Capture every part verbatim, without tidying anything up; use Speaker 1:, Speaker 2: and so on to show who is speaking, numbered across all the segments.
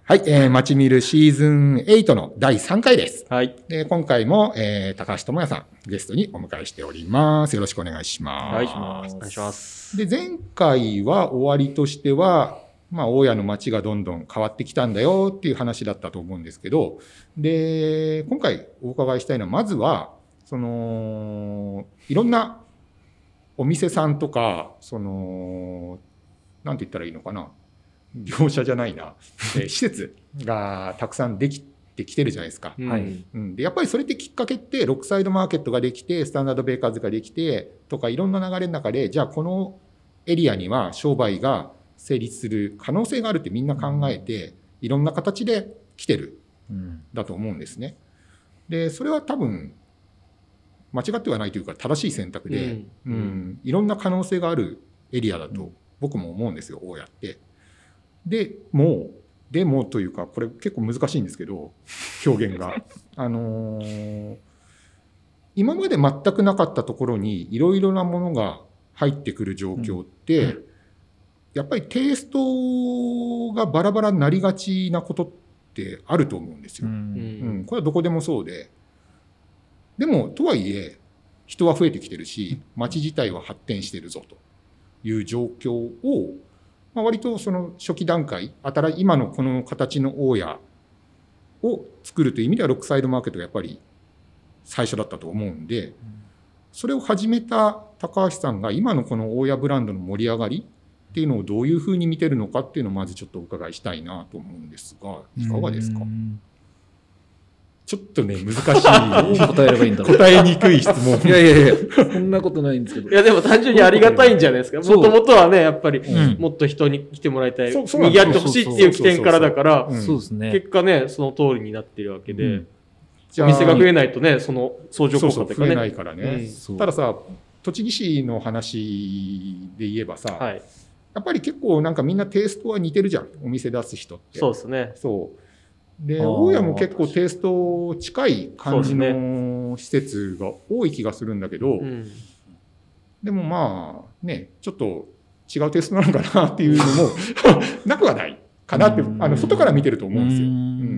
Speaker 1: はい、えー、まちみるシーズンエイトのだいさんかいです。
Speaker 2: はい。
Speaker 1: で、今回も、えー、高橋智也さん、ゲストにお迎えしております。よろしくお願いします。
Speaker 2: はい。お願いします。
Speaker 1: で、前回は終わりとしては、まあ、大谷の街がどんどん変わってきたんだよっていう話だったと思うんですけど、で、今回お伺いしたいのは、まずは、その、いろんなお店さんとか、その、なんて言ったらいいのかな。業者じゃないな、えー、施設がたくさんできてきてるじゃないですか。
Speaker 2: はい。
Speaker 1: うん、でやっぱりそれってきっかけってロックサイドマーケットができてスタンダードベーカーズができてとかいろんな流れの中でじゃあこのエリアには商売が成立する可能性があるってみんな考えていろんな形で来てるだと思うんですね。でそれは多分間違ってはないというか正しい選択で、うんうん、いろんな可能性があるエリアだと僕も思うんですよ、大家って。でもでもというかこれ結構難しいんですけど表現があのー、今まで全くなかったところにいろいろなものが入ってくる状況って、うん、やっぱりテイストがバラバラになりがちなことってあると思うんですよ、うんうん、これはどこでもそうででもとはいえ人は増えてきてるし街自体は発展してるぞという状況をまあ、割とその初期段階、今のこの形の大家を作るという意味ではロックサイドマーケットがやっぱり最初だったと思うんで、それを始めた高橋さんが今のこの大家ブランドの盛り上がりっていうのをどういうふうに見てるのかっていうのをまずちょっとお伺いしたいなと思うんですが、いかがですか？ちょっとね、難しい。
Speaker 3: 答えればいいんだろう。
Speaker 1: 答えにくい質問。
Speaker 3: いやいやいや、そんなことないんですけど。
Speaker 2: いや、でも単純にありがたいんじゃないですか。もともとはね、やっぱり、うん、もっと人に来てもらいたい。賑わってほしいっていう起点からだから、
Speaker 3: そうですね。
Speaker 2: 結果ね、その通りになってるわけで、うん、お店が増えないとね、その相乗効果って
Speaker 1: かね。増えないからね。うん、たださ、栃木市の話で言えばさ、はい、やっぱり結構なんかみんなテイストは似てるじゃん。お店出す人って。
Speaker 2: そうですね。
Speaker 1: そう。で大家も結構テイスト近い感じの施設が多い気がするんだけど、ねうん、でもまあねちょっと違うテイストなのかなっていうのもなくはないかなってあの外から見てると思うんですよ、うん、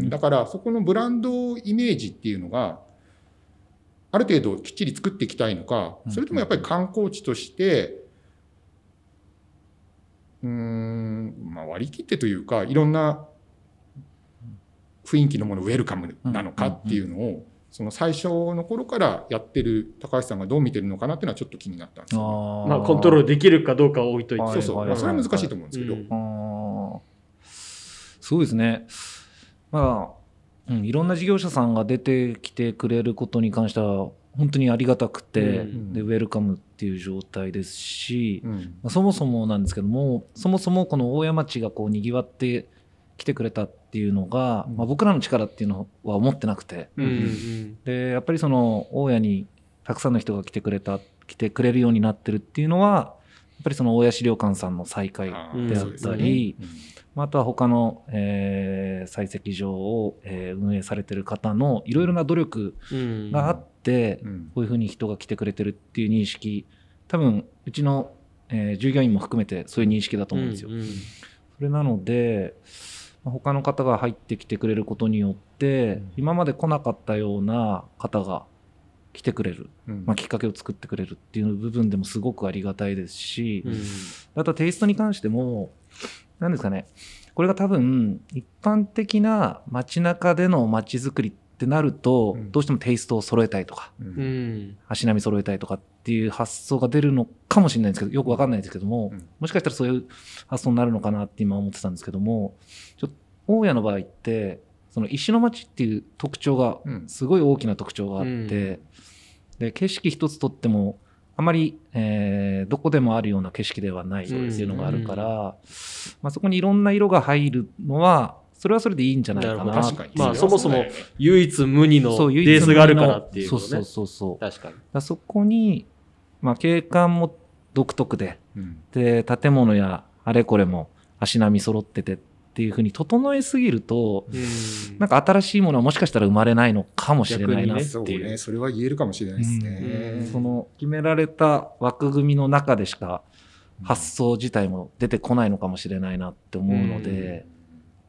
Speaker 1: だからそこのブランドイメージっていうのがある程度きっちり作っていきたいのかそれともやっぱり観光地としてうーん、まあ、割り切ってというかいろんな雰囲気のものウェルカムなのかっていうのをその最初の頃からやってる高橋さんがどう見てるのかなっていうのはちょっと気になったんですよ、
Speaker 2: ね、まあコントロールできるかどうかは置いといて
Speaker 1: そうそう、まあ、それは難しいと思うんですけど、うん、
Speaker 3: あそうですねまあ、うん、いろんな事業者さんが出てきてくれることに関しては本当にありがたくて、うん、でウェルカムっていう状態ですし、うんまあ、そもそもなんですけどもそもそもこの大谷町がこうにぎわって来てくれたっていうのが、まあ、僕らの力っていうのは思ってなくて、うんうん、でやっぱりその大家にたくさんの人が来てくれた来てくれるようになってるっていうのはやっぱりその大家資料館さんの再開であったり、あ,、ねうん、あとは他の、えー、採石場を、えー、運営されてる方のいろいろな努力があって、うんうん、こういうふうに人が来てくれてるっていう認識多分うちの、えー、従業員も含めてそういう認識だと思うんですよ、うんうん、それなので他の方が入ってきてくれることによって、うん、今まで来なかったような方が来てくれる、うんまあ、きっかけを作ってくれるっていう部分でもすごくありがたいですし、うん、あとはテイストに関しても何ですかねこれが多分一般的な街中での街づくりってなると、うん、どうしてもテイストを揃えたいとか、うん、足並み揃えたいとかっていう発想が出るのかもしれないんですけどよく分かんないですけども、うん、もしかしたらそういう発想になるのかなって今思ってたんですけどもちょっと大家の場合ってその石の町っていう特徴がすごい大きな特徴があって、うん、で景色一つとってもあまり、えー、どこでもあるような景色ではないっていうのがあるから、うんまあ、そこにいろんな色が入るのはそれはそれでいいんじゃないかな。
Speaker 2: 確かにまあそもそも唯一無二のベースがあるからっていうのね。
Speaker 3: そうそうそう
Speaker 2: 確かに。
Speaker 3: だそこに、まあ、景観も独特で、うん、で建物やあれこれも足並み揃っててっていう風に整えすぎると、うん、なんか新しいものはもしかしたら生まれないのかもしれないなっていう。
Speaker 1: そうね、それは言えるかもしれないですね。
Speaker 3: うん、その決められた枠組みの中でしか発想自体も出てこないのかもしれないなって思うので。
Speaker 1: うん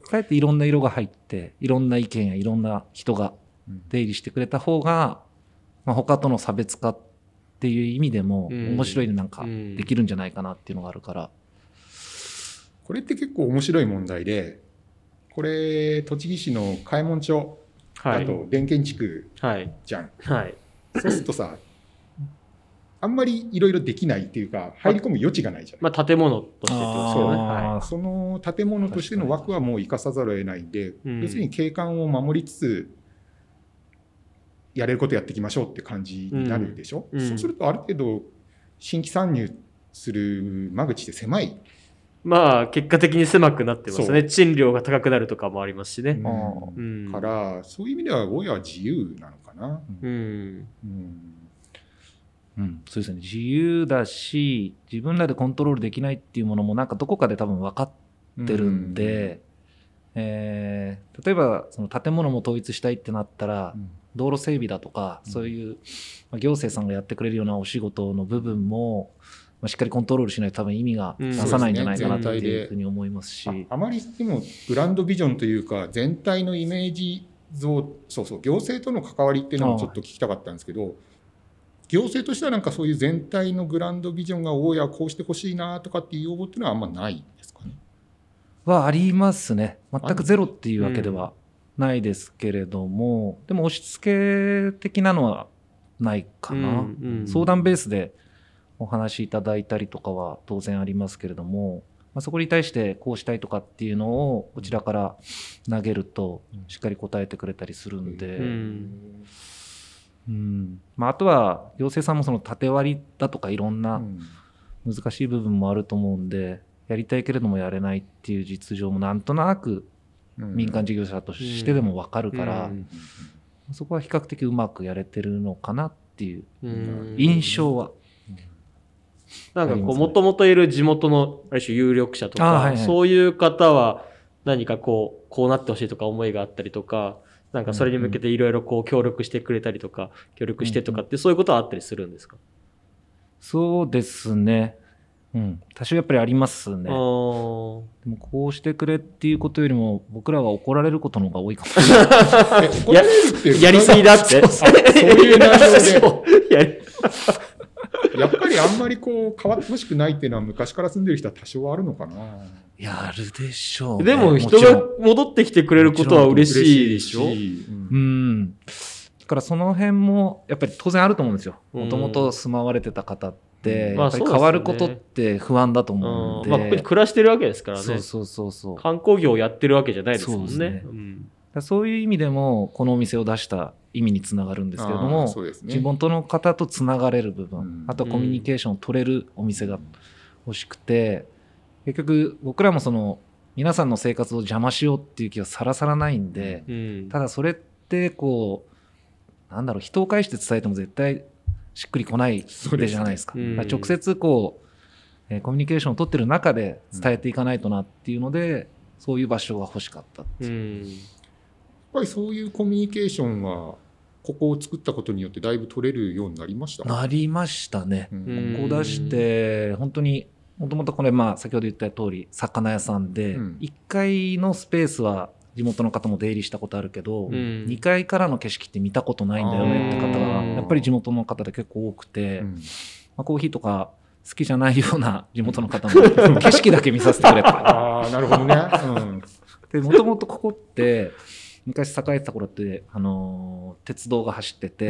Speaker 3: かえっていろんな色が入っていろんな意見やいろんな人が出入りしてくれた方が、まあ、他との差別化っていう意味でも面白いなんかできるんじゃないかなっていうのがあるから、うんうん、
Speaker 1: これって結構面白い問題で、これ栃木市の開門町だと田園地区じゃん、
Speaker 2: はいはい、
Speaker 1: そうするとさあんまりいろいろできないっていうか入り込む余地がないじゃん、
Speaker 2: まあ、建物としてってことですよね、
Speaker 1: はい、その建物としての枠はもう生かさざるを得ないんで、要するに景観を守りつつやれることやっていきましょうって感じになるでしょ、うんうん、そうするとある程度新規参入する間口って狭い、
Speaker 2: まあ結果的に狭くなってますね。賃料が高くなるとかもありますしね、
Speaker 1: うん、からそういう意味では大家は自由なのかな、
Speaker 3: うんうんうん、そうですね、自由だし自分らでコントロールできないっていうものもなんかどこかで多分分かってるんで、うんえー、例えばその建物も統一したいってなったら、うん道路整備だとか、うん、そういう行政さんがやってくれるようなお仕事の部分もしっかりコントロールしないと多分意味が出さないんじゃないかなというふうに思いますし、うん、
Speaker 1: あ, あまりにもグランドビジョンというか全体のイメージ像、そうそう行政との関わりっていうのもちょっと聞きたかったんですけど、行政としてはなんかそういう全体のグランドビジョンが大家はこうしてほしいなとかっていう要望っていうのはあんまないですかね。
Speaker 3: はありますね。全くゼロっていうわけではないですけれども、うん、でも押し付け的なのはないかな、うんうん、相談ベースでお話しいただいたりとかは当然ありますけれども、まあ、そこに対してこうしたいとかっていうのをこちらから投げるとしっかり答えてくれたりするんで、うんうんまあ、あとは行政さんもその縦割りだとかいろんな難しい部分もあると思うんで、やりたいけれどもやれないっていう実情もなんとなく民間事業者としてでも分かるから、うんうん、そこは比較的うまくやれてるのかなっていう印象は、うん、
Speaker 2: なんかこうもともといる地元のある種有力者とか、はいはい、そういう方は何かこうこうなってほしいとか思いがあったりとか、なんかそれに向けていろいろこう協力してくれたりとか協力してとかってそういうことはあったりするんですか？
Speaker 3: そうですね、うん、多少やっぱりありますね。でもこうしてくれっていうことよりも僕らは怒られることの方が多いかもしれない
Speaker 1: 怒られるって
Speaker 2: やりすぎだってそう
Speaker 1: そういう内容でやりやっぱりあんまりこう変わってほしくないっていうのは昔から住んでる人は多少あるのかな。
Speaker 3: いやあるでしょう、ね、
Speaker 2: でも人が戻ってきてくれることは嬉しいでしょ。うん、
Speaker 3: うんだからその辺もやっぱり当然あると思うんですよ。もともと住まわれてた方ってやっぱり変わることって不安だと思うんで、
Speaker 2: まあ、ここに暮らしてるわけですからね。
Speaker 3: そうそうそうそう
Speaker 2: 観光業をやってるわけじゃないですもんね。 そうですね、
Speaker 3: うん、だそういう意味でもこのお店を出した意味につながるんですけれども、そうですね、地元の方とつながれる部分、うん、あとコミュニケーションを取れるお店が欲しくて、結局僕らもその皆さんの生活を邪魔しようっていう気はさらさらないんで、うん、ただそれってこうなんだろう、人を介して伝えても絶対しっくりこないでじゃないですか。ですね、うん、だから直接こう、えー、コミュニケーションを取ってる中で伝えていかないとなっていうので、うん、そういう場所が欲しかったっていう、うん、
Speaker 1: やっぱりそういうコミュニケーションはここを作ったことによってだいぶ取れるようになりました。
Speaker 3: なりましたね、うん、ここ出して本当にもともとこれまあ先ほど言った通り魚屋さんで、うん、いっかいのスペースは地元の方も出入りしたことあるけど、うん、にかいからの景色って見たことないんだよねって方がやっぱり地元の方で結構多くて、うんまあ、コーヒーとか好きじゃないような地元の方も景色だけ見させてくれと
Speaker 1: ああなるほどね、うん、
Speaker 3: でもともとここって昔栄えてた頃って、あのー、鉄道が走ってて、うん、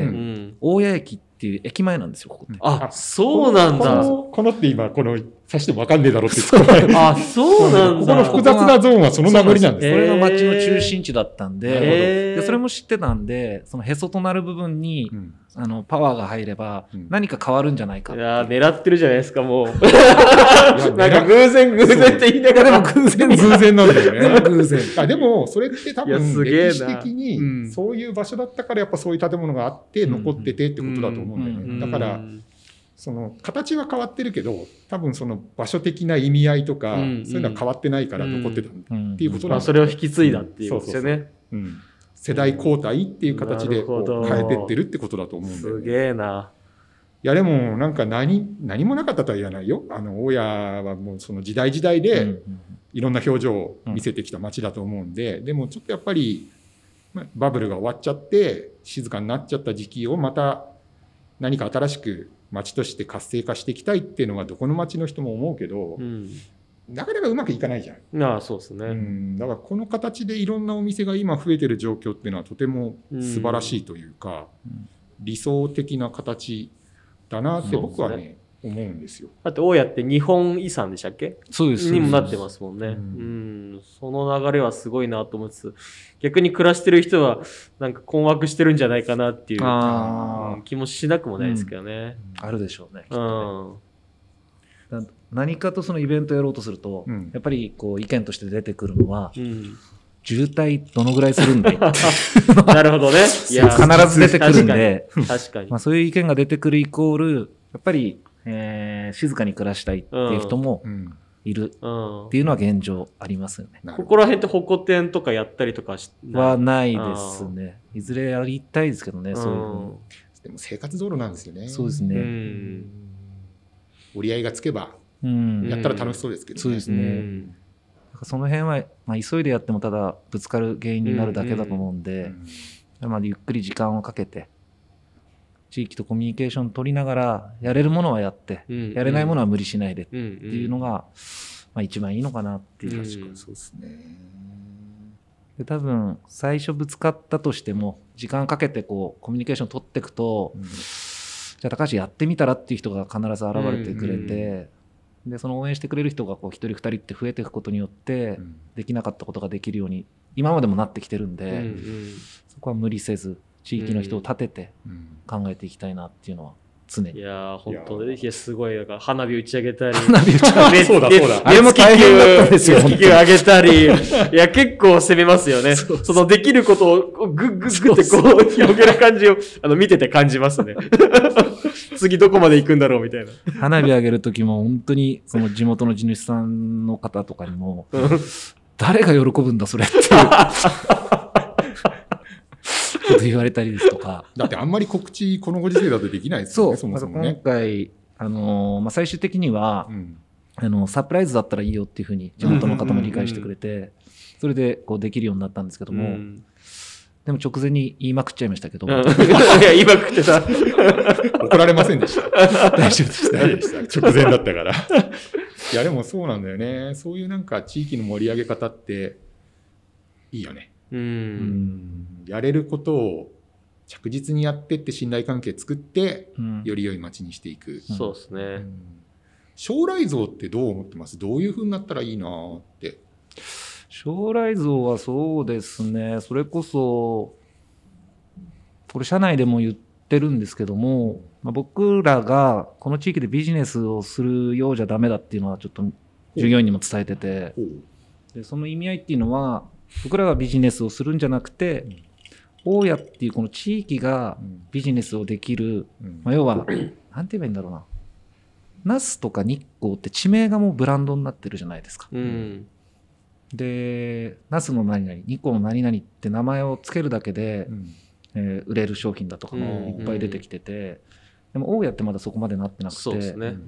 Speaker 3: 大谷駅っていう駅前なんですよここって。
Speaker 2: あ、そうなんだ。
Speaker 1: この、このって今この指しても分かんねえだろって言って
Speaker 2: あ、そうなんだ。
Speaker 1: ここの複雑なゾーンはその名残なんです。
Speaker 3: これが街の中心地だったんで、でそれも知ってたんで、そのへそとなる部分に、うん、あのパワーが入れば何か変わるんじゃないかって。
Speaker 2: いや狙ってるじゃないですかもう。なんか偶然偶然って言いながら
Speaker 3: でも偶然
Speaker 1: 偶然なんだよね。
Speaker 3: でも偶然。
Speaker 1: あでもそれって多分歴史的にそういう場所だったからやっぱそういう建物があって残っててってことだと思うんだよね。うん、だからその形は変わってるけど多分その場所的な意味合いとか、うん、そういうのは変わってないから残ってたっていうことなんだ、ね。
Speaker 2: まあそれを引き継いだっていうことですよね。
Speaker 1: 世代交代っていう形でこう変えてってるってことだと思うんだよね。
Speaker 2: すげえな。
Speaker 1: いやでもなんか何何もなかったとは言わないよ。あの大家はもうその時代時代でいろんな表情を見せてきた街だと思うんで、うん、でもちょっとやっぱりバブルが終わっちゃって静かになっちゃった時期をまた何か新しく街として活性化していきたいっていうのがどこの街の人も思うけど、うん、なかなかうまくいかないじゃん。
Speaker 2: ああ、そうですね、
Speaker 1: うん、だからこの形でいろんなお店が今増えてる状況っていうのはとても素晴らしいというか、うん、理想的な形だなって僕はね思うんですよ。
Speaker 2: だって大家って日本遺産でしたっけ？
Speaker 3: そうです
Speaker 2: にもなってますもんね。うん、うん、その流れはすごいなと思いつつ、逆に暮らしてる人はなんか困惑してるんじゃないかなっていうあ気もしなくもないですけどね。
Speaker 3: うん、あるでしょうね。きっとね。うん、何かとそのイベントやろうとすると、うん、やっぱりこう意見として出てくるのは、うん、渋滞どのぐらいするんだい
Speaker 2: なるほどね。
Speaker 3: いや必ず出てくるんで、
Speaker 2: 確かに確かに、
Speaker 3: まあ、そういう意見が出てくるイコールやっぱりえー、静かに暮らしたいっていう人もいるっていうのは現状ありますよね。
Speaker 2: うんうん、ここら辺ってホコ天とかやったりとかし
Speaker 3: はないですね。いずれやりたいですけどね、そういうふうに。
Speaker 1: でも生活道路なんですよね。
Speaker 3: そうですね。うん、
Speaker 1: 折り合いがつけばやったら楽しそうですけどね。
Speaker 3: そうですね。うん、その辺は、まあ、急いでやってもただぶつかる原因になるだけだと思うんで、うんうん、まあ、ゆっくり時間をかけて地域とコミュニケーション取りながらやれるものはやって、うんうん、やれないものは無理しないでっていうのが、うんうん、まあ、一番いいのかなっていう。
Speaker 1: 確かにそうですね。
Speaker 3: で多分最初ぶつかったとしても時間かけてこうコミュニケーション取っていくと、うん、じゃあ高橋やってみたらっていう人が必ず現れてくれて、うんうん、でその応援してくれる人がこう一人二人って増えていくことによって、うん、できなかったことができるように今までもなってきてるんで、うんうん、そこは無理せず地域の人を立てて考えていきたいなっていうのは常に。
Speaker 2: いやー本当ね、いやすごい、だから花火打ち上げたり、
Speaker 3: 花火打ち上げ
Speaker 2: そうだ
Speaker 3: そう
Speaker 2: だ。あれも大変だったんですよ。熱気球上げたり、いや結構攻めますよね。そ, そのできることをグッグッグってこう広げる感じをあの見てて感じますね。次どこまで行くんだろうみたいな。
Speaker 3: 花火上げる時も本当にその地元の地主さんの方とかにも誰が喜ぶんだそれっていう。こと言われたりですとか。
Speaker 1: だってあんまり告知このご時世だとできないですよね。そう、そもそもね。
Speaker 3: 今回あのーまあ、最終的には、うん、あのサプライズだったらいいよっていうふうに地元の方も理解してくれて、うんうんうん、それでこうできるようになったんですけども、うん、でも直前に言いまくっちゃいましたけど、うん、いや
Speaker 2: 言いまくってた。
Speaker 1: 怒られませんでした。
Speaker 3: 大丈夫でした。
Speaker 1: 大丈夫でした。直前だったから。いやでもそうなんだよね。そういうなんか地域の盛り上げ方っていいよね。うんうんやれることを着実にやってって信頼関係作って、うん、より良い街にしていく、うん、
Speaker 2: そうですね、うん、
Speaker 1: 将来像ってどう思ってます？どういう風になったらいいなって。
Speaker 3: 将来像はそうですね、それこそこれ社内でも言ってるんですけども、まあ、僕らがこの地域でビジネスをするようじゃダメだっていうのはちょっと従業員にも伝えてて、でその意味合いっていうのは僕らがビジネスをするんじゃなくて、うん、大家っていうこの地域がビジネスをできる、うんまあ、要はなんて言えばいいんだろうな、那須とか日光って地名がもうブランドになってるじゃないですか、うん、で那須の何々日光の何々って名前をつけるだけで、うんえー、売れる商品だとかもいっぱい出てきてて、うんうんでも大家ってまだそこまでなってなくて、
Speaker 2: そうですね、うん、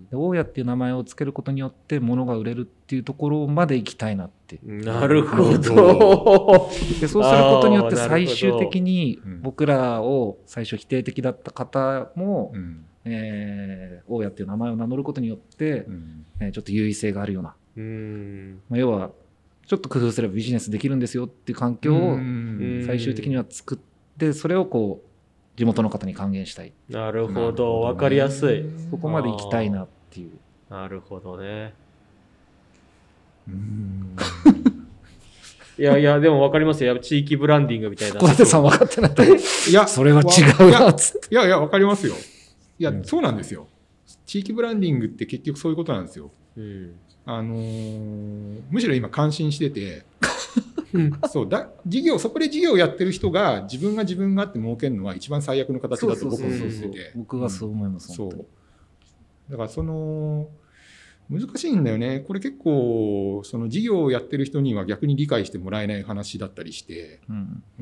Speaker 3: で大家っていう名前をつけることによって物が売れるっていうところまで行きたいなって。
Speaker 2: なるほど。
Speaker 3: でそうすることによって最終的に僕らを最初否定的だった方も、うんえー、大家っていう名前を名乗ることによって、うんえー、ちょっと優位性があるような、うんまあ、要はちょっと工夫すればビジネスできるんですよっていう環境を最終的には作ってそれをこう地元の方に還元したい。
Speaker 2: なるほど、分かりやすい。
Speaker 3: そこまで行きたいなっていう。
Speaker 2: なるほどね。うーんいやいやでも分かりますよ。地域ブランディングみたいな。
Speaker 3: 小舘さん分かってない。いやそれは違うなっつって。
Speaker 1: いやいや分かりますよ。いや、うん、そうなんですよ。地域ブランディングって結局そういうことなんですよ。うん、あのー、むしろ今感心してて。そうだ事業そこで事業をやってる人が自分が自分があって儲けるのは一番最悪の形だと僕は思ってて、
Speaker 3: 僕はそう思います、
Speaker 1: うん、そうだからその難しいんだよね。これ結構その事業をやってる人には逆に理解してもらえない話だったりして、うんうん、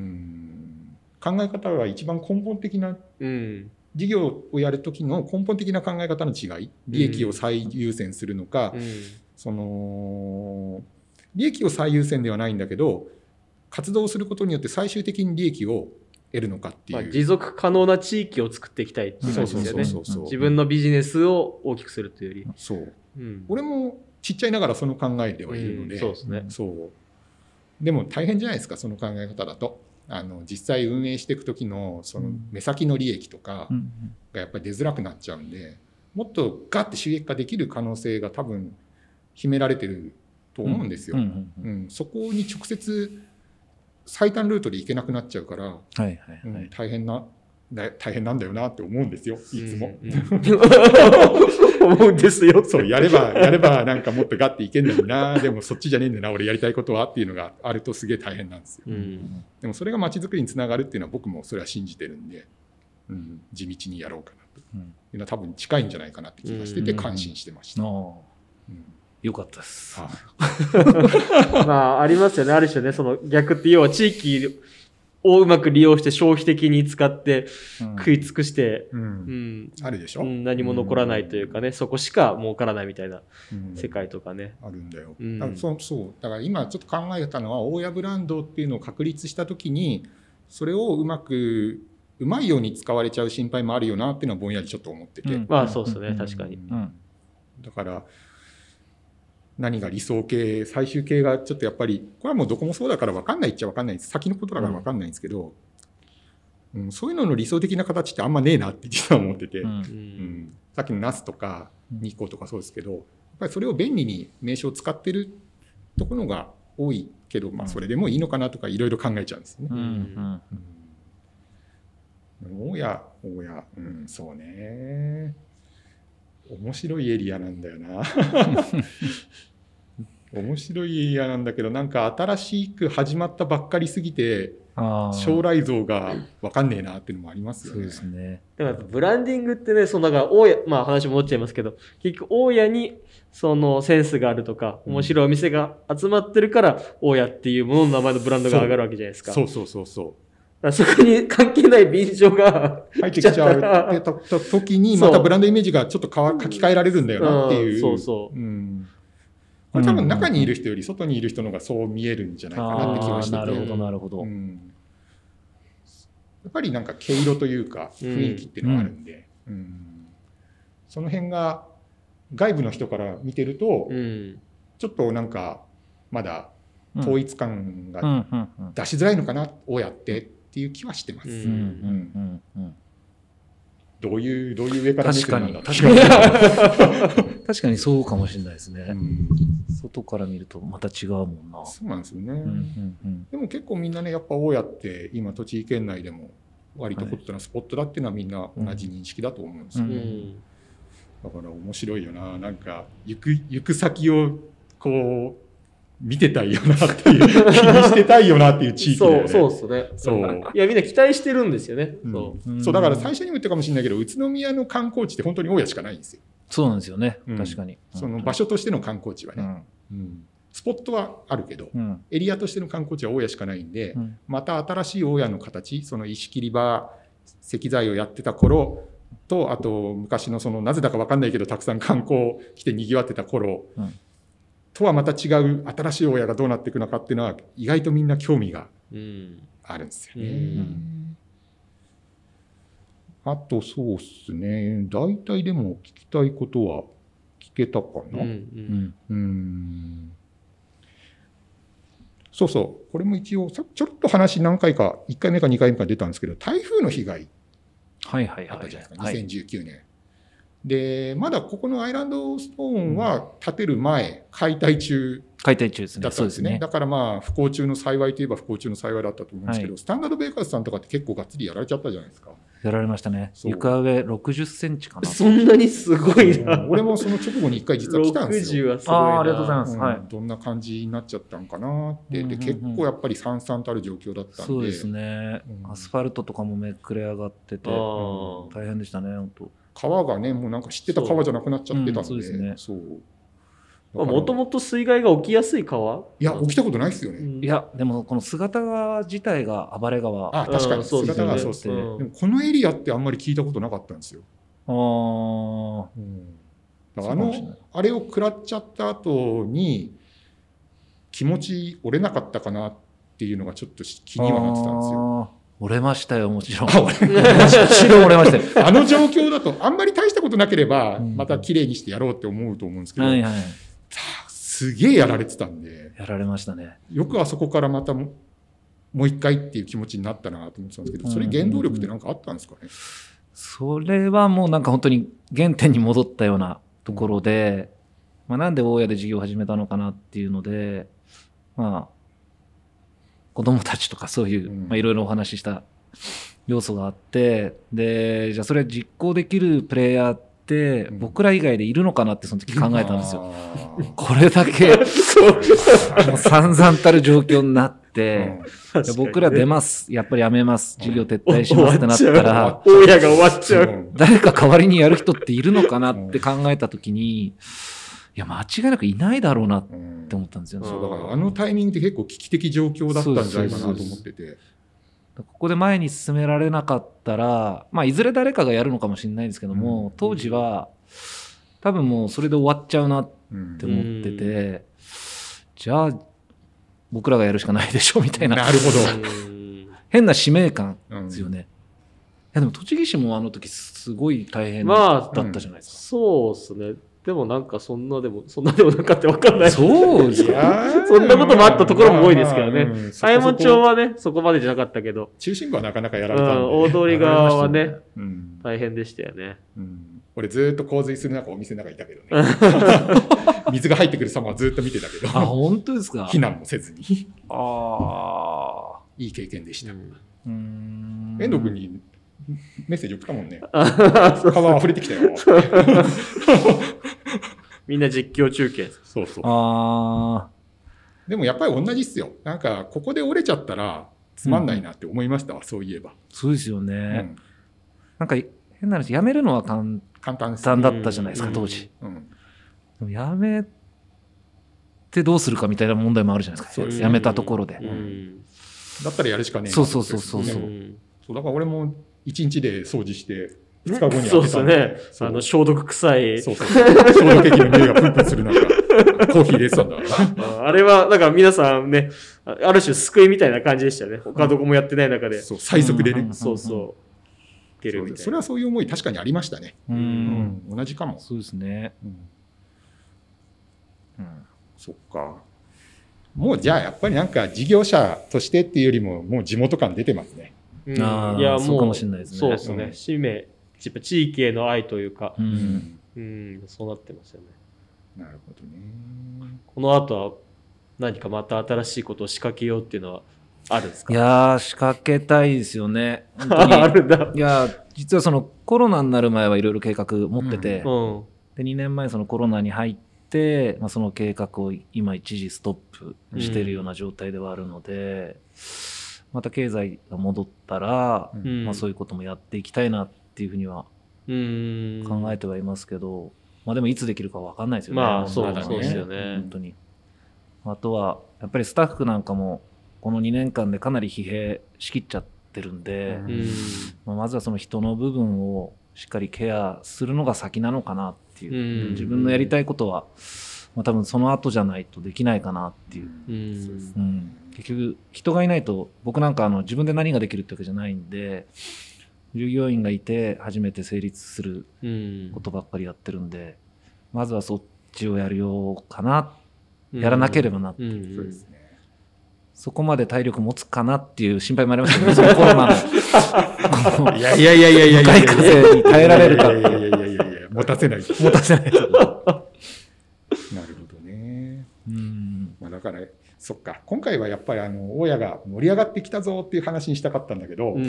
Speaker 1: 考え方は一番根本的な、うん、事業をやる時の根本的な考え方の違い、利益を最優先するのか、うん、その利益を最優先ではないんだけど、活動することによって最終的に利益を得るのかっていう、
Speaker 2: まあ、持続可能な地域を作っていきたいっていう感じですよね。自分のビジネスを大きくするというより。
Speaker 1: そう、うん、俺もちっちゃいながらその考えではいるので、
Speaker 2: うん、そうですね。
Speaker 1: そうでも大変じゃないですか、その考え方だと。あの実際運営していく時のその目先の利益とかがやっぱり出づらくなっちゃうんで、もっとガッて収益化できる可能性が多分秘められてると思うんですよ。うんうんうん、そこに直接最短ルートで行けなくなっちゃうから、はいはいはい、うん、大変な大変なんだよなって思うんですよ、いつも。うんうん、思うんですよ。そうやればやればなんかもっとガッていけんのにな、でもそっちじゃねえんだな、俺やりたいことはっていうのがあるとすげえ大変なんですよ。うん、でもそれが街づくりにつながるっていうのは僕もそれは信じてるんで、うん、地道にやろうかなというのは多分近いんじゃないかなって気がしてて感心してました。うんうん
Speaker 3: うんよかったです。は
Speaker 2: あ、まあ、ありますよね。ある種ね、その逆って要は地域をうまく利用して消費的に使って食い尽くして、うんうん、
Speaker 1: あるでしょ、
Speaker 2: うん、何も残らないというかね、うん、そこしか儲からないみたいな世界とかね。
Speaker 1: うん、あるんだよ。うん、だからそう、そう。だから今ちょっと考えたのは、大家ブランドっていうのを確立したときに、それをうまく、うまいように使われちゃう心配もあるよなっていうのはぼんやりちょっと思ってて。うん、
Speaker 2: まあそうですね、うん、確かに。
Speaker 1: うん、だから、何が理想形、最終形がちょっとやっぱり、これはもうどこもそうだから分かんないっちゃ分かんないです。先のことだから分かんないんですけど、うん、そういうのの理想的な形ってあんまねえなって実は思ってて、うんうん、さっきのナスとか日光とかそうですけど、やっぱりそれを便利に名称を使ってるところが多いけど、まあそれでもいいのかなとかいろいろ考えちゃうんですよね。うんうんうん、大家、大家、うん、そうね。面白いエリアなんだよな面白いエリアなんだけど、なんか新しく始まったばっかりすぎて将来像が分かんねえなっていうのもありますよね。そうです
Speaker 2: ね。でもやっぱブランディングってね、そのだから大家、まあ話戻っちゃいますけど、結局大家にそのセンスがあるとか面白いお店が集まってるから大家っていうものの名前のブランドが上がるわけじゃないですか。
Speaker 1: そうそうそうそう。
Speaker 2: そこに関係ない便乗が
Speaker 1: 入ってきちゃうってた時にまたブランドイメージがちょっと書き換えられるんだよなっていう。そうそう。うん、これ多分中にいる人より外にいる人のがそう見えるんじゃないかなって気がしてて。
Speaker 3: なるほどなるほど。うん、
Speaker 1: やっぱりなんか毛色というか雰囲気っていうのがあるんで、うんうん、その辺が外部の人から見てると、うん、ちょっとなんかまだ統一感が出しづらいのかな、大家ってっていう気はしてます。うんうんうん、どういうどういう上から見てるんだろう。
Speaker 3: 確かに確かに確かにそうかもしれないですね。うん、外から見るとまた違うもんな。
Speaker 1: そうなんですよね。うんうんうん、でも結構みんなねやっぱ大家って今栃木県内でも割とホットなスポットだっていうのはみんな同じ認識だと思うんですよね。うん、だから面白いよな。なんか行く行く先をこう見てたいよなっていう気にしてたいよなっていう地域だよね。
Speaker 2: そうそうですね。そういやみんな期待してるんですよね。
Speaker 1: うん、そう、そうだから最初にも言ったかもしれないけど、宇都宮の観光地って本当に大家しかないんですよ。
Speaker 3: そうなんですよね。うん、確かに。
Speaker 1: その場所としての観光地はね、うんうん、スポットはあるけど、うん、エリアとしての観光地は大家しかないんで、うん、また新しい大家の形、その石切り場石材をやってた頃と、あと昔のそのなぜだか分かんないけどたくさん観光来てにぎわってた頃。うんとはまた違う新しい大家がどうなっていくのかっていうのは意外とみんな興味があるんですよね。うんうん、あとそうっすね。大体でも聞きたいことは聞けたかな。うんうんうん、そうそう。これも一応ちょっと話何回かいっかいめかにかいめか出たんですけど、台風の被害あったじゃないですか。にせんじゅうきゅうねん。でまだここのアイランドストーンは建てる前、解体中
Speaker 3: 解体中ですね。
Speaker 1: だったんですね。だからまあ不幸中の幸いといえば不幸中の幸いだったと思うんですけど、はい、スタンダードベーカーズさんとかって結構がっつりやられちゃったじゃないですか。
Speaker 3: やられましたね。床上ろくじゅっセンチかな。
Speaker 2: そんなにすごいな。
Speaker 1: 俺もその直後にいっかい実は来たんですよ。
Speaker 2: ろくじゅうはすごいな。
Speaker 3: ああ、ありがとうございます。
Speaker 1: うんはい、どんな感じになっちゃったんかなって、で結構やっぱりさんさんたる状況だったんで。
Speaker 3: そうですね。うん、アスファルトとかもめくれ上がってて、うん、大変でしたね本当。
Speaker 1: 川がねもうなんか知ってた川じゃなくなっちゃってたんで、
Speaker 3: そうですね。
Speaker 1: そう。
Speaker 2: もともと水害が起きやすい川？
Speaker 1: いや起きたことないですよね。
Speaker 3: いやでもこの姿川自体が暴れ川。
Speaker 1: あ確かに姿川そうですね。でもこのエリアってあんまり聞いたことなかったんですよ。ああ。うん、あのあれを食らっちゃった後に気持ち折れなかったかなっていうのがちょっと気にはなってたんですよ。
Speaker 3: 折れましたよ、もちろん。もちろん折れましたよ。
Speaker 1: あの状況だとあんまり大したことなければまた綺麗にしてやろうって思うと思うんですけど、はいはい、すげえやられてたんで、
Speaker 3: やられましたね。
Speaker 1: よくあそこからまたもう一回っていう気持ちになったなと思ってたんですけど、それ原動力って何かあったんですかね。
Speaker 3: それはもうなんか本当に原点に戻ったようなところで、まあ、なんで大家で事業を始めたのかなっていうので、まあ子供たちとかそういう、まあ、いろいろお話しした要素があって、でじゃあそれ実行できるプレイヤーって僕ら以外でいるのかなってその時考えたんですよ。これだけもう散々たる状況になって、うん、僕ら出ます、やっぱりやめます、事業撤退しますってなったら、
Speaker 2: 大家が終わっちゃう。
Speaker 3: 誰か代わりにやる人っているのかなって考えた時に、いや間違いなくいないだろうなって思ったんですよね。
Speaker 1: そうだからあのタイミングって結構危機的状況だったんじゃないかなと思ってて、
Speaker 3: ここで前に進められなかったら、まあいずれ誰かがやるのかもしれないですけども、うん、当時は多分もうそれで終わっちゃうなって思ってて、うん、じゃあ僕らがやるしかないでしょみたいな。
Speaker 1: なるほど。
Speaker 3: 変な使命感ですよね。うん、いやでも栃木市もあの時すごい大変だったじゃないですか。まあうん、
Speaker 2: そうですね。でもなんかそんなでも、そんなでもなかったわかんない。
Speaker 3: そうですか。
Speaker 2: そんなこともあったところも多いですけどね。狭山町はね、そこまでじゃなかったけど。
Speaker 1: 中心部はなかなかやられたんで、うん、
Speaker 2: 大通り側はね、うん、大変でしたよね。
Speaker 1: うん、俺ずっと洪水する中お店の中いたけどね。水が入ってくる様はずっと見てたけど。
Speaker 3: あ、本当ですか。
Speaker 1: 避難もせずに。
Speaker 3: ああ。
Speaker 1: いい経験でした。うん、遠藤君にメッセージ送ったもんね。川溢れてきたよ。
Speaker 2: みんな実況中継。
Speaker 1: そうそう。
Speaker 3: あ
Speaker 1: でもやっぱり同じっすよ。なんかここで折れちゃったらつまんないなって思いましたわ、うん、そういえば。
Speaker 3: そうですよね。うん、なんか変な話、やめるのは簡単だったじゃないですか、当時。うんうん、でもやめてどうするかみたいな問題もあるじゃないですか。そうですね、やめたところで、うん。
Speaker 1: だったらやるしかねえな、
Speaker 3: そうそうそうそう。そう
Speaker 1: だから俺もいちにちで掃除して、ふつかごに
Speaker 2: そうですね。あの、消毒臭い。
Speaker 1: そうそう。消毒液の匂いがプンプンする中、コーヒー入れてたんだから
Speaker 2: な。あれは、だから皆さんね、ある種救いみたいな感じでしたね。他どこもやってない中で。
Speaker 1: そう、最速でね。
Speaker 2: そうそう。いけるみたいな。
Speaker 1: それはそういう思い確かにありましたね。うん。同じかも。
Speaker 3: そうですね。
Speaker 1: うん。そっか。もうじゃあやっぱりなんか事業者としてっていうよりも、もう地元感出てますね。
Speaker 3: うん、あいやもうそうかもしれないですね。
Speaker 2: そうですね。使命。地域への愛というか、うんうん、そうなってますよね。
Speaker 1: なるほどね。
Speaker 2: この後は何かまた新しいことを仕掛けようっていうのはあるんですか？
Speaker 3: いやー仕掛けたいですよね。本当に
Speaker 2: あるんだ。
Speaker 3: いや実はそのコロナになる前はいろいろ計画持ってて、
Speaker 2: うんうん、
Speaker 3: でにねんまえそのコロナに入って、まあ、その計画を今一時ストップしているような状態ではあるので、うん、また経済が戻ったら、うんまあ、そういうこともやっていきたいなってっていうふうには考えてはいますけど、まあでもいつできるか分かんないですよね。
Speaker 2: まあそうですよね。
Speaker 3: 本当に。あとはやっぱりスタッフなんかもこのにねんかんでかなり疲弊しきっちゃってるんで、うんまあ、まずはその人の部分をしっかりケアするのが先なのかなっていう。うん自分のやりたいことは、まあ、多分その後じゃないとできないかなっていう。うんうん、結局人がいないと僕なんかあの自分で何ができるってわけじゃないんで。従業員がいて初めて成立することばっかりやってるんで、うん、まずはそっちをやるようかな、うん、やらなければなって、うん、そうですね、そこまで体力持つかなっていう心配もありましたけど、そのコロナの
Speaker 1: いやいやいやいやいや
Speaker 3: 向かい風に耐えられるか
Speaker 1: いやいやいやいやいや持たせない
Speaker 3: 持たせないなる
Speaker 1: ほどね。うん、まあ、だからそっか今回はやっぱりあの大家が盛り上がってきたぞっていう話にしたかったんだけど、うん、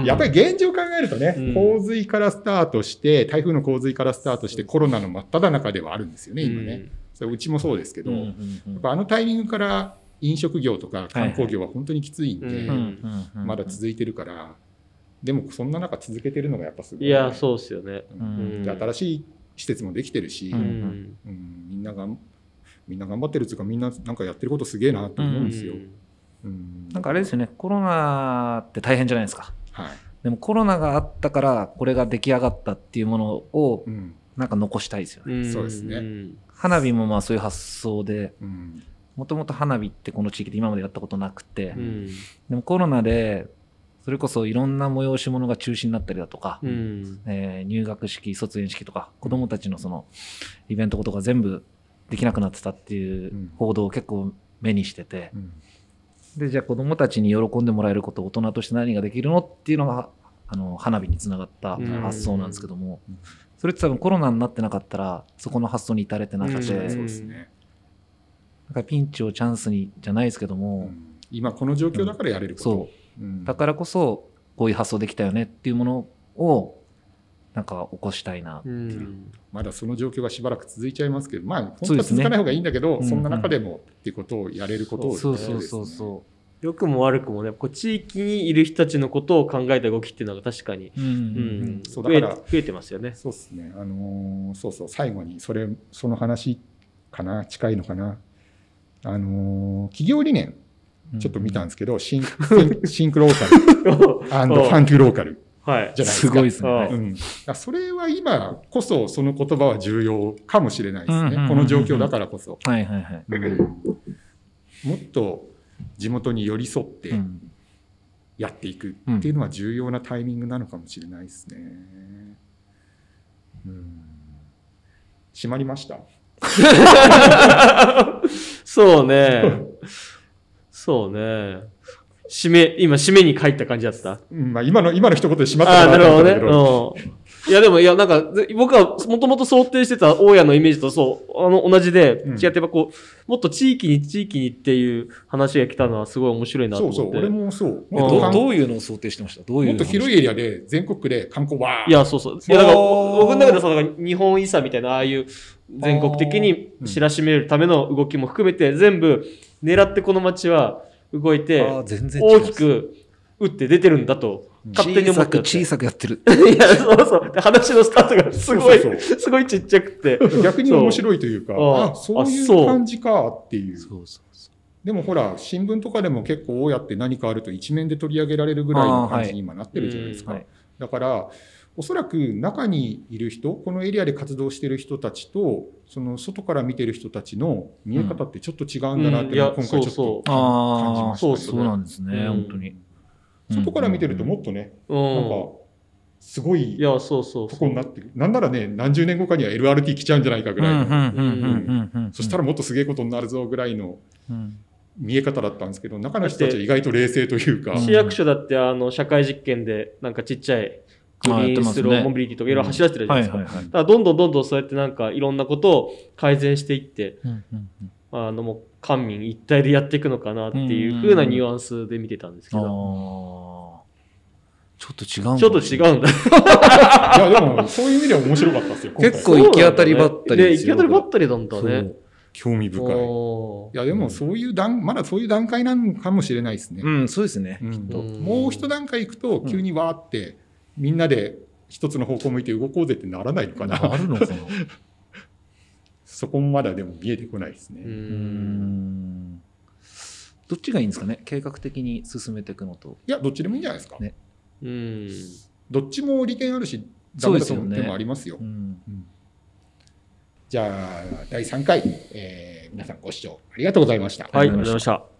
Speaker 1: やっぱり現状考えるとね、うん、洪水からスタートして台風の洪水からスタートしてコロナの真っ只中ではあるんですよね今ね、うん、それうちもそうですけど、うんうんうん、やっぱあのタイミングから飲食業とか観光業は本当にきついんで、はいはい、まだ続いてるからでもそんな中続けてるのがやっぱすごい、ね、
Speaker 2: いやそうですよね、
Speaker 1: うん、で新しい施設もできてるし、うんうん、みんながみんな頑張ってるっていうかみんななんかやってることすげえなと思うんですよ、うん
Speaker 3: うん、なんかあれですよねコロナって大変じゃないですか、
Speaker 1: はい、
Speaker 3: でもコロナがあったからこれが出来上がったっていうものをなんか残したいですよね、
Speaker 1: うん、そうですね。
Speaker 3: 花火もまあそういう発想で、
Speaker 1: うん、
Speaker 3: もともと花火ってこの地域で今までやったことなくて、
Speaker 2: うん、
Speaker 3: でもコロナでそれこそいろんな催し物が中止になったりだとか、
Speaker 2: うん、
Speaker 3: えー、入学式卒園式とか子どもたちのそのイベントことが全部できなくなってたっていう報道を結構目にしてて、うん、でじゃあ子どもたちに喜んでもらえること大人として何ができるのっていうのがあの花火につながった発想なんですけども、うん、それって多分コロナになってなかったらそこの発想に至れてなくて、うん、そうですね、だからピンチをチャンスにじゃないですけども、うん、
Speaker 1: 今この状況だからやれること、
Speaker 3: うん、そう、うん、だからこそこういう発想できたよねっていうものをなんか起こしたいなっていう、うん、
Speaker 1: まだその状況がしばらく続いちゃいますけど、まあ本当は続かない方がいいんだけど そ,、ね、そんな中でもっていうことをやれることを、ね、
Speaker 3: そうそうそうそう、
Speaker 2: 良くも悪くもね、こう地域にいる人たちのことを考えた動きっていうのが確かに、うんうん、そうだから増えてますよね。
Speaker 1: そうですね。あのー、そうそう最後にそれその話かな近いのかな。あのー、企業理念ちょっと見たんですけど、うん、シンシンクローカルアンドファンクローカルじゃないですか。
Speaker 3: すごいですね。
Speaker 1: うん、それは今こそその言葉は重要かもしれないですね。この状況だからこそ。
Speaker 3: はいはいはい。うん、
Speaker 1: もっと地元に寄り添ってやっていくっていうのは重要なタイミングなのかもしれないですね。うん、閉まりました。
Speaker 2: そうね。そうね。締め、今締めに書いた感じだった。
Speaker 1: うん、まあ今の、今の一言で閉まったかなと思ったけど。
Speaker 2: ああ、なるほどね。うんいやでも、いや、なんか、僕はもともと想定してた大家のイメージとそう、あの、同じで、違ってやっぱこう、もっと地域に地域にっていう話が来たのはすごい面白いなと思って。
Speaker 1: そうそう、俺もそう。
Speaker 3: ど, どういうのを想定してました？どういう
Speaker 1: もっと広いエリアで全国区で観光は。
Speaker 2: いや、そうそう。いや、だから、僕の中でさ、日本遺産みたいな、ああいう全国的に知らしめるための動きも含めて、全部狙ってこの街は動いて、大きく打って出てるんだと。勝手に思って
Speaker 3: 小さくやってる。
Speaker 2: いや、そうそう。話のスタートがすごい、そうそうそうすごいちっちゃくて。
Speaker 1: 逆に面白いというか、ああ、そういう感じかっていう。そうそうそう。でもほら、新聞とかでも結構やって何かあると一面で取り上げられるぐらいの感じに今なってるじゃないですか。はい、だから、おそらく中にいる人、このエリアで活動している人たちと、その外から見てる人たちの見え方ってちょっと違うんだなっていうのを今回ちょっと感じました。
Speaker 3: そうそうなんですね、本当に。
Speaker 1: 外から見てるともっとね、うん、なんかすごいとこになってる。なんならね、何十年後かには エルアールティー 来ちゃうんじゃないかぐらいの。そしたらもっとすげえことになるぞぐらいの見え方だったんですけど、中の人たちは意外と冷静というか。
Speaker 2: 市役所だってあの社会実験でなんかちっちゃいグリーンスローモビリティとかいろいろ走らせてるじゃないですか。だからどんどんどんどんそうやってなんかいろんなことを改善していって、あのもう官民一体でやっていくのかなっていう風なニュアンスで見てたんですけど。
Speaker 3: ちょっと違うんだ。
Speaker 2: ちょっと違うんだ。
Speaker 1: いや、でも、そういう意味では面白かったですよ。
Speaker 3: 結構行き当たりばったりですよ。
Speaker 2: 行き当たりばったりなんだね。
Speaker 1: 興味深い。いや、でも、そういう段、まだそういう段階なのかもしれないですね。
Speaker 3: うん、そうですね。きっと。
Speaker 1: もう一段階行くと、急にわーって、みんなで一つの方向向いて動こうぜってならないのかな。
Speaker 3: あるのかな。
Speaker 1: そこもまだでも見えてこないですね。
Speaker 3: うん。どっちがいいんですかね、計画的に進めていくのと。
Speaker 1: いや、どっちでもいいんじゃないですか。
Speaker 2: ね。うん。
Speaker 1: どっちも利点あるし、ダメだと思ってもありますよ。うんうん、じゃあ、だいさんかい、えー、皆さんご視聴ありがとうございました。
Speaker 2: はい、ありがとうございました。